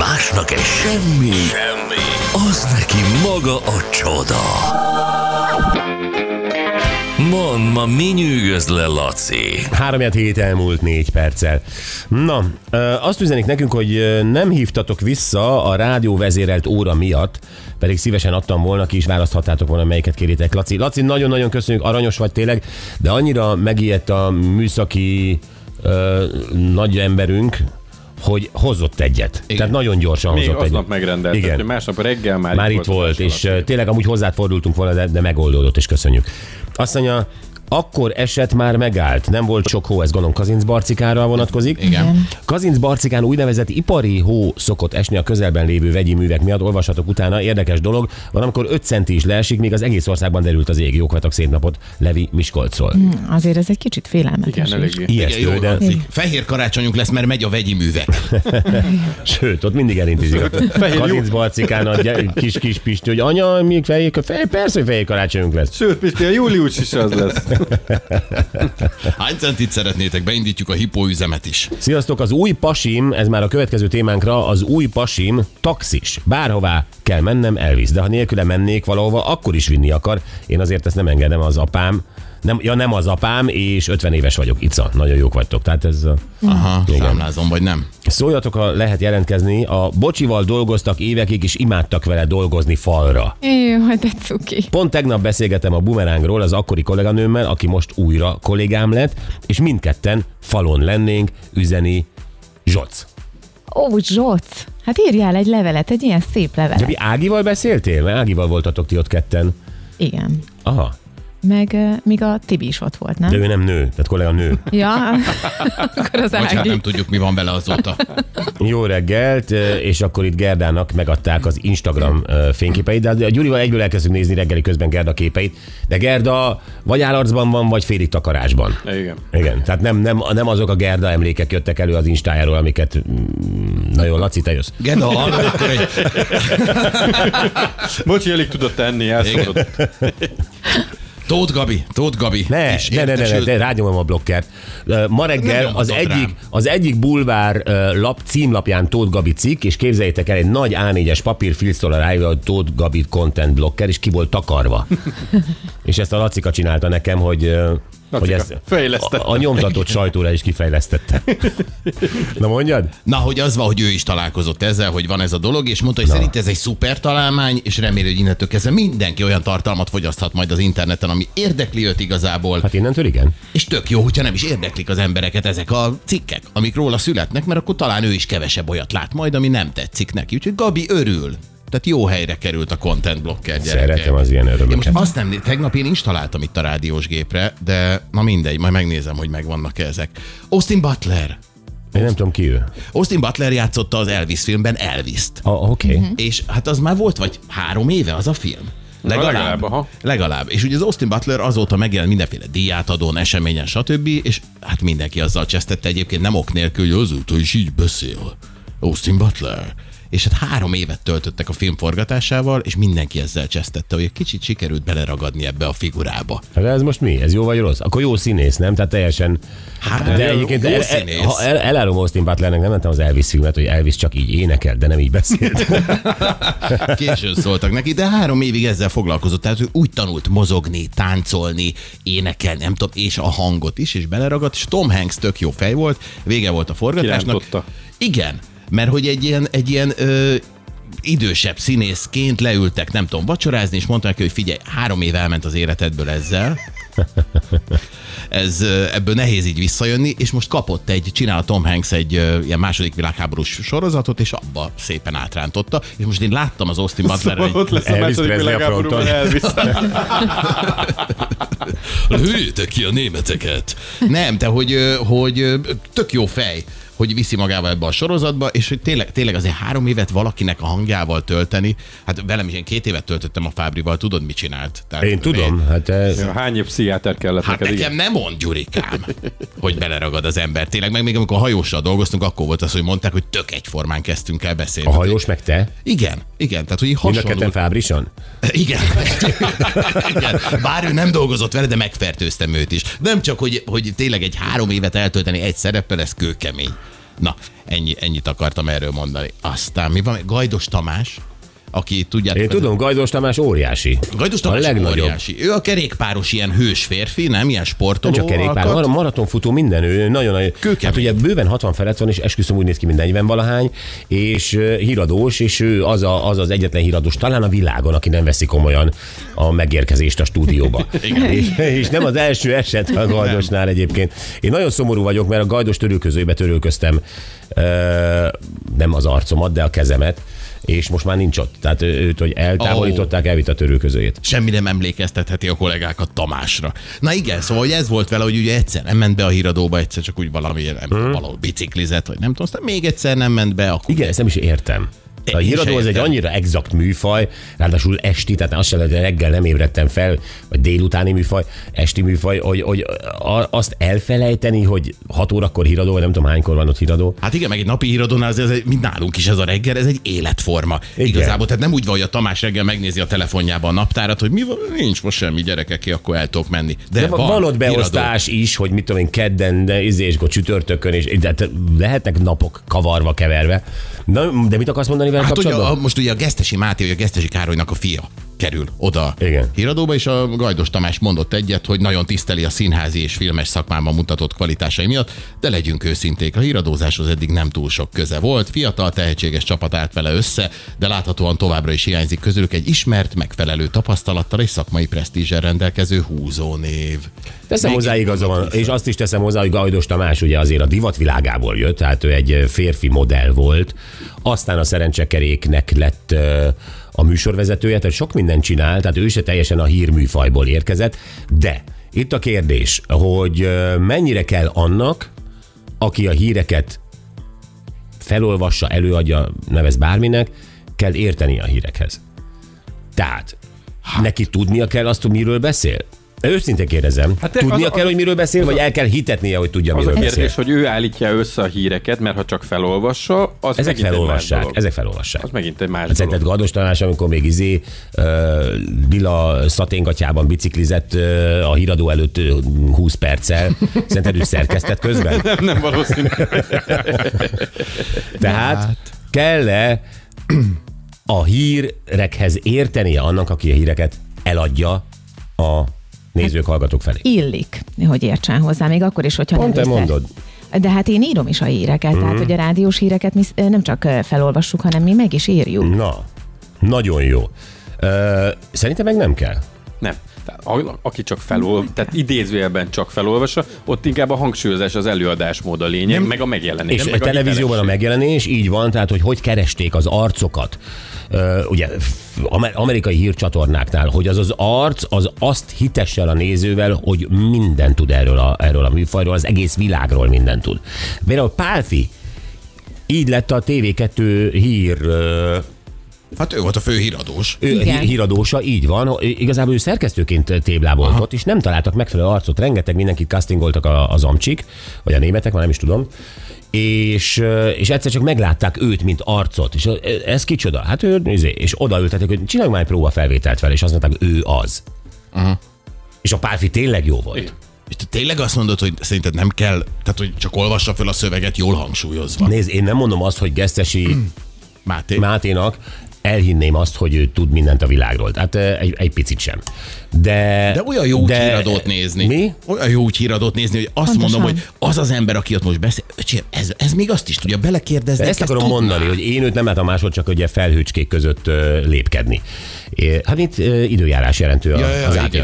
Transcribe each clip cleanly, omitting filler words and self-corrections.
Másnak egy semmi, az neki maga a csoda. Mondd, ma mi nyűgöz le, Laci? 3-7 elmúlt 4 perccel. Na, azt üzenik nekünk, hogy nem hívtatok vissza a rádió vezérelt óra miatt, pedig szívesen adtam volna, ki is választhattátok volna, melyiket kéritek. Laci, nagyon-nagyon köszönjük, aranyos vagy tényleg, de annyira megijedt a műszaki nagy emberünk, hogy hozott egyet. Igen. Tehát nagyon gyorsan még hozott egyet. Még aznap megrendelt. Igen. Másnap reggel már itt volt, és tényleg amúgy hozzád fordultunk volna, de megoldódott, és köszönjük. Azt mondja, akkor eset már megállt. Nem volt sok hó, ez gondolom Kazincbarcikára vonatkozik. Igen. Kazincbarcikán úgynevezett ipari hó szokott esni a közelben lévő vegyi művek miatt. Olvashatok utána, érdekes dolog. Van, amikor 5 centi is leesik, míg az egész országban derült az ég. Jókvetok szép napot, Levi Miskolcról. Azért ez egy kicsit félelmetes. Igen, eléggé. Ijesztő, de... Fehér karácsonyunk lesz, mert megy a vegyi művek. Sőt, ott mindig elintézik. Kazincbarcikán a kis Pisti, hogy anya, még persze, hogy fehér karácsonyunk lesz. Sőt, Pisti, a július is az lesz. Hány centit szeretnétek? Beindítjuk a hipóüzemet is. Sziasztok, az új pasim, ez már a következő témánkra, az új pasim taxis. Bárhová kell mennem, elvisz, de ha nélküle mennék valahova, akkor is vinni akar. Én azért ezt nem engedem, az apám. Nem az apám, és 50 éves vagyok. Ica, nagyon jók vagytok. Tehát ez... Aha, számlázom, vagy nem. Szóljatok, ha lehet jelentkezni. A bocsival dolgoztak évekig, és imádtak vele dolgozni falra. Jaj, de cuki. Pont tegnap beszélgetem a bumerángról az akkori kolléganőmmel, aki most újra kollégám lett, és mindketten falon lennénk, üzeni Zsoc. Ó, Zsoc, hát írjál egy levelet, egy ilyen szép levelet. De mi Ágival beszéltél? Mert Ágival voltatok ti ott ketten. Igen. Aha. Meg még a Tibi is ott volt, nem? De ő nem nő, tehát kollega nő. Ja, akkor az Bocsánat, Ági. nem tudjuk, mi van vele azóta. Jó reggelt, és akkor itt Gerdának megadták az Instagram fényképeit, de a Gyurival egyből elkezdünk nézni reggeli közben Gerda képeit, de Gerda vagy állarcban van, vagy félig takarásban. Igen, tehát nem azok a Gerda emlékek jöttek elő az Instájáról, amiket... Na jó, Laci, te jössz. Gerda, akkor egy... Bocsi, elég tudott tenni, elszólott. Tóth Gabi. Ne, rányomom a blokkert. Ma reggel az egyik bulvár címlapján Tóth Gabi cikk, és képzeljétek el, egy nagy A4-es papírfilctól rájövő a Tóth Gabi content blokker, és ki volt takarva. És ezt a Lacika csinálta nekem, hogy ezt a nyomtatott sajtóra is kifejlesztette. Na mondjad? Na, hogy az van, hogy ő is találkozott ezzel, hogy van ez a dolog, és mondta, hogy szerint ez egy szuper találmány, és reméli, hogy innentől kezdve mindenki olyan tartalmat fogyaszthat majd az interneten, ami érdekli őt igazából. Hát innentől igen. És tök jó, hogyha nem is érdeklik az embereket ezek a cikkek, amik róla születnek, mert akkor talán ő is kevesebb olyat lát majd, ami nem tetszik neki. Úgyhogy Gabi örül. Tehát jó helyre került a content blocker, gyerekek. Szeretem az ilyen örömöket. Én most azt nem, tegnap én installáltam itt a rádiós gépre, de na mindegy, majd megnézem, hogy megvannak-e ezek. Austin Butler. Én nem tudom, ki ő. Austin Butler játszotta az Elvis filmben Elvist. Oké. És hát az már volt, vagy 3 éve az a film. Legalább. És ugye az Austin Butler azóta megjelent mindenféle díjátadón, eseményen, stb. És hát mindenki azzal csesztette egyébként, nem ok nélkül, hogy azóta is így beszél. Austin Butler. És hát 3 évet töltöttek a film forgatásával, és mindenki ezzel csesztette, hogy egy kicsit sikerült beleragadni ebbe a figurába. Hát ez most mi? Ez jó vagy rossz? Akkor jó színész, nem? Tehát teljesen... de egyébként ha elállom Austin Butlernek, nem mentem az Elvis filmet, hogy Elvis csak így énekelt, de nem így beszélt. Későn szóltak neki, de 3 évig ezzel foglalkozott. Tehát ő úgy tanult mozogni, táncolni, énekelni, nem tudom, és a hangot is, és beleragadt, és Tom Hanks tök jó fej volt, vége volt a forgatásnak. Kirántotta. Igen. Mert hogy egy ilyen idősebb színészként leültek, nem tudom, vacsorázni, és mondták, hogy figyelj, 3 év elment az életedből ezzel. Ebből nehéz így visszajönni, és most csinál a Tom Hanks egy ilyen második világháborús sorozatot, és abba szépen átrántotta, és most én láttam az Austin Butlerre. Szóval ott lesz a második világháborúban Elvis. Lőjétek ki a németeket. Nem, de hogy tök jó fej, hogy viszi magával ebbe a sorozatba, és hogy tényleg azért 3 évet valakinek a hangjával tölteni, hát velem is én 2 évet töltöttem a Fábrival, tudod, mit csinált? Tehát én tudom. Hány év pszichiáter kellett neked? Hát nekem nem mond, Gyurikám, hogy beleragad az ember. Tényleg, meg még amikor a hajóssal dolgoztunk, akkor volt az, hogy mondták, hogy tök egyformán kezdtünk el beszélni. A hajós meg te? Igen. Tehát, hogy mind a ketten Fábrison? Igen. Bár ő nem dolgozott vele, de megfertőztem őt is. Nem csak, hogy tényleg egy 3 évet eltölteni egy szereppel, ez kőkemény. Na, ennyit akartam erről mondani. Aztán mi van? Gajdos Tamás, aki tudjátok... Én tudom, Gajdos Tamás óriási. Gajdos Tamás óriási. Ő a kerékpáros ilyen hős férfi, nem? Ilyen sportoló. Nem csak kerékpár, maratonfutó, minden. Ő nagyon hát ugye bőven 60 felett van, és esküszöm úgy néz ki, mint 40 valahány, és híradós, és ő az egyetlen híradós talán a világon, aki nem veszi komolyan a megérkezést a stúdióba. és nem az első eset a Gajdosnál egyébként. Én nagyon szomorú vagyok, mert a Gajdos törülközőbe törölköztem nem az arcomat, de a kezemet, és most már nincs ott. Tehát őt, hogy eltávolították, elvitt a törülközőjét. Semmi nem emlékeztetheti a kollégákat Tamásra. Na igen, szóval hogy ez volt vele, hogy ugye egyszer nem ment be a híradóba, egyszer csak úgy valahol biciklizett, vagy nem tudom, aztán még egyszer nem ment be. Akkor igen, ezt nem is értem. A híradó az egy annyira exakt műfaj, ráadásul esti, tehát azt sem lehet, hogy reggel nem ébredtem fel, vagy délutáni műfaj, esti műfaj, hogy azt elfelejteni, hogy 6 órakor híradó, vagy nem tudom hánykor van ott híradó. Hát igen, meg egy napi híradónál mint nálunk is ez a reggel, ez egy életforma. Igen. Igazából, tehát nem úgy van, hogy a Tamás reggel megnézi a telefonjában a naptárat, hogy mi van, nincs most semmi gyerekek, akkor el tudok menni. De van ott beosztás híradó is, hogy mit tudom én, kedden, és csütörtökön, és de lehetnek napok kavarva, keverve. Na, de mit akarsz mondani vele kapcsolatban? Most ugye a Gesztesi Máté, vagy a Gesztesi Károlynak a fia kerül oda híradóba, és a Gajdos Tamás mondott egyet, hogy nagyon tiszteli a színházi és filmes szakmában mutatott kvalitásai miatt, de legyünk őszinték, a híradózáshoz eddig nem túl sok köze volt, fiatal, tehetséges csapat állt vele össze, de láthatóan továbbra is hiányzik közülük egy ismert, megfelelő tapasztalattal és szakmai presztízsel rendelkező húzónév. Teszem hozzá, igaza van, és azt is teszem hozzá, hogy Gajdos Tamás ugye azért a divatvilágából jött, tehát ő egy férfi modell volt, aztán a szerencsekeréknek lett a műsorvezetője, tehát sok mindent csinál, tehát ő se teljesen a hírműfajból érkezett, de itt a kérdés, hogy mennyire kell annak, aki a híreket felolvassa, előadja, nevez bárminek, kell érteni a hírekhez. Tehát neki tudnia kell azt, hogy miről beszél? Őszintén kérdezem, tudnia kell, hogy miről beszél, vagy el kell hitetnie, hogy tudja, miről beszél? Az a kérdés, hogy ő állítja össze a híreket, mert ha csak felolvassa, az ezek felolvassák. Az megint egy más dolog. Szerinted Gajdos Tamás, amikor még lila szaténgatyában biciklizett a híradó előtt 20 perccel, szerinted ő szerkesztett közben? Nem valószínű. Tehát kell-e a hírekhez értenie annak, aki a híreket eladja a nézők, hallgatók felé? Illik, hogy értsen hozzá, még akkor is, hogyha pont nem te mondod. De hát én írom is a híreket, tehát hogy a rádiós híreket mi nem csak felolvassuk, hanem mi meg is írjuk. Na, nagyon jó. Szerintem meg nem kell. Nem. Aki csak tehát idézőjelben csak felolvassa, ott inkább a hangsúlyozás, az előadásmód a lényeg, meg a megjelenés. És a televízióban a megjelenés, így van, tehát hogy keresték az arcokat. Ugye amerikai hírcsatornáknál, hogy az arc az azt hitesse a nézővel, hogy mindent tud erről a műfajról, az egész világról mindent tud. Például Pálfi így lett a TV2 hír... Hát ő volt a fő híradós. Híradósa, így van. Igazából ő szerkesztőként téblábolt ott, és nem találtak megfelelő arcot. Rengeteg mindenkit castingoltak az amcsik, vagy a németek, már nem is tudom. És egyszer csak meglátták őt, mint arcot. És ez kicsoda? Hát ő, és odaültették, hogy csináljunk már egy próbafelvételt vele, és azt mondták, ő az. És a Pálfi tényleg jó volt. És te tényleg azt mondod, hogy szerinted nem kell, tehát hogy csak olvassa fel a szöveget jól hangsúlyozva. Nézd, én nem mondom azt, hogy Gesztesi Máténak elhinném azt, hogy ő tud mindent a világról. Tehát egy picit sem. De olyan jó híradót nézni. Mi? Olyan jó híradót nézni, hogy azt mondom, hogy az az ember, aki ott most beszél, öcsém, ez még azt is tudja, belekérdezni. Ezt akarom mondani, hogy én őt nem látom másod, ugye felhőcskék között lépkedni. Hát itt időjárás jelentő az átjel.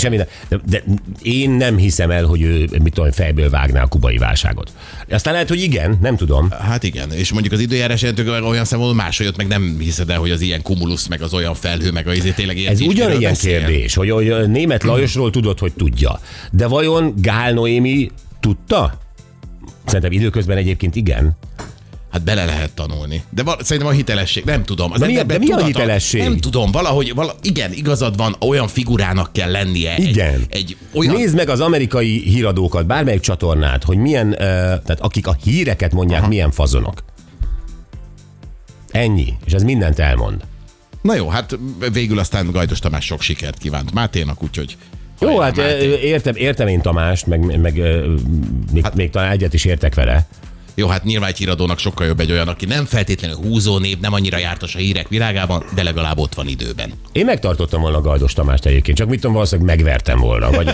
De én nem hiszem el, hogy ő mit tudom, fejből vágná a kubai válságot. Aztán lehet, hogy igen, nem tudom. Hát igen, és mondjuk az időjárás jelentő olyan szempontból máshogy meg nem hiszed el, hogy az ilyen kumulusz, meg az olyan felhő, meg az tényleg ilyen. Ez ugyanilyen kérdés, hogy Németh Lajosról tudod, hogy tudja. De vajon Gál Noémi tudta? Szerintem időközben egyébként igen. Hát bele lehet tanulni. De szerintem a hitelesség, nem tudom. De mi a hitelesség? Nem tudom, igen, igazad van, olyan figurának kell lennie. Igen. Olyan... Nézd meg az amerikai híradókat, bármelyik csatornát, hogy milyen, tehát akik a híreket mondják, milyen fazonok. Ennyi, és ez mindent elmond. Na jó, hát végül aztán Gajdos Tamás sok sikert kívánt Máténak, úgyhogy... Jó, hát értem én Tamást, meg még talán egyet is értek vele, Jó, hát nyilván egy híradónak sokkal jobb egy olyan, aki nem feltétlenül húzó név, nem annyira jártas a hírek világában, de legalább ott van időben. Én megtartottam volna Gajdos Tamást egyébként, csak mit tudom, valószínűleg megvertem volna. Vagy...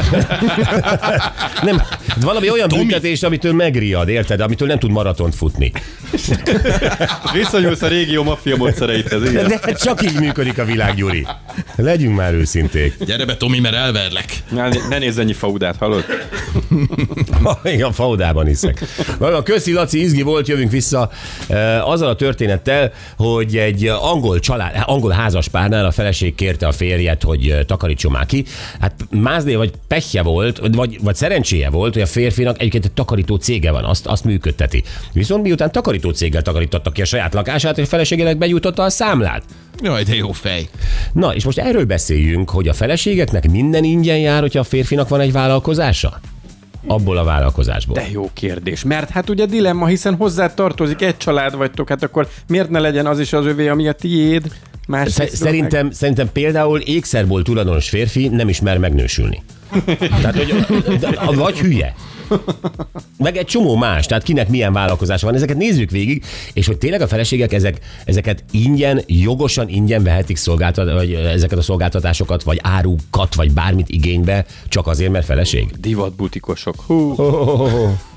nem, valami olyan büntetés, amitől megriad, érted? Amitől nem tud maratont futni. Visszanyúlsz a régió maffia módszereithez, igen. De csak így működik a világ, Gyuri. Legyünk már őszinték. Gyere be, Tomi, mert elverlek. Ne nézz ennyi faudát, hallod? Igen, faudában hiszek. A Köszi Laci izgi volt, jövünk vissza azzal a történettel, hogy egy angol házaspárnál a feleség kérte a férjet, hogy takarítson már ki. Hát mázné vagy pehje volt, vagy szerencséje volt, hogy a férfinak egyébként egy takarító cége van, azt működteti. Viszont miután takarító céggel takarította ki a saját lakását, és a feleségének bejutotta a számlát. Jaj, de jó fej. Na, és most erről beszéljünk, hogy a feleségeknek minden ingyen jár, hogyha a férfinak van egy vállalkozása? Abból a vállalkozásból. De jó kérdés, mert hát ugye dilemma, hiszen hozzá tartozik, egy család vagytok, hát akkor miért ne legyen az is az övé, ami a tiéd? Szerintem például ékszerból tulajdonos férfi nem is mer megnősülni. Tehát, hogy vagy hülye. Meg egy csomó más, tehát kinek milyen vállalkozása van, ezeket nézzük végig, és hogy tényleg a feleségek ezeket jogosan ingyen vehetik vagy ezeket a szolgáltatásokat, vagy árukat, vagy bármit igénybe, csak azért, mert feleség. Divatbutikosok.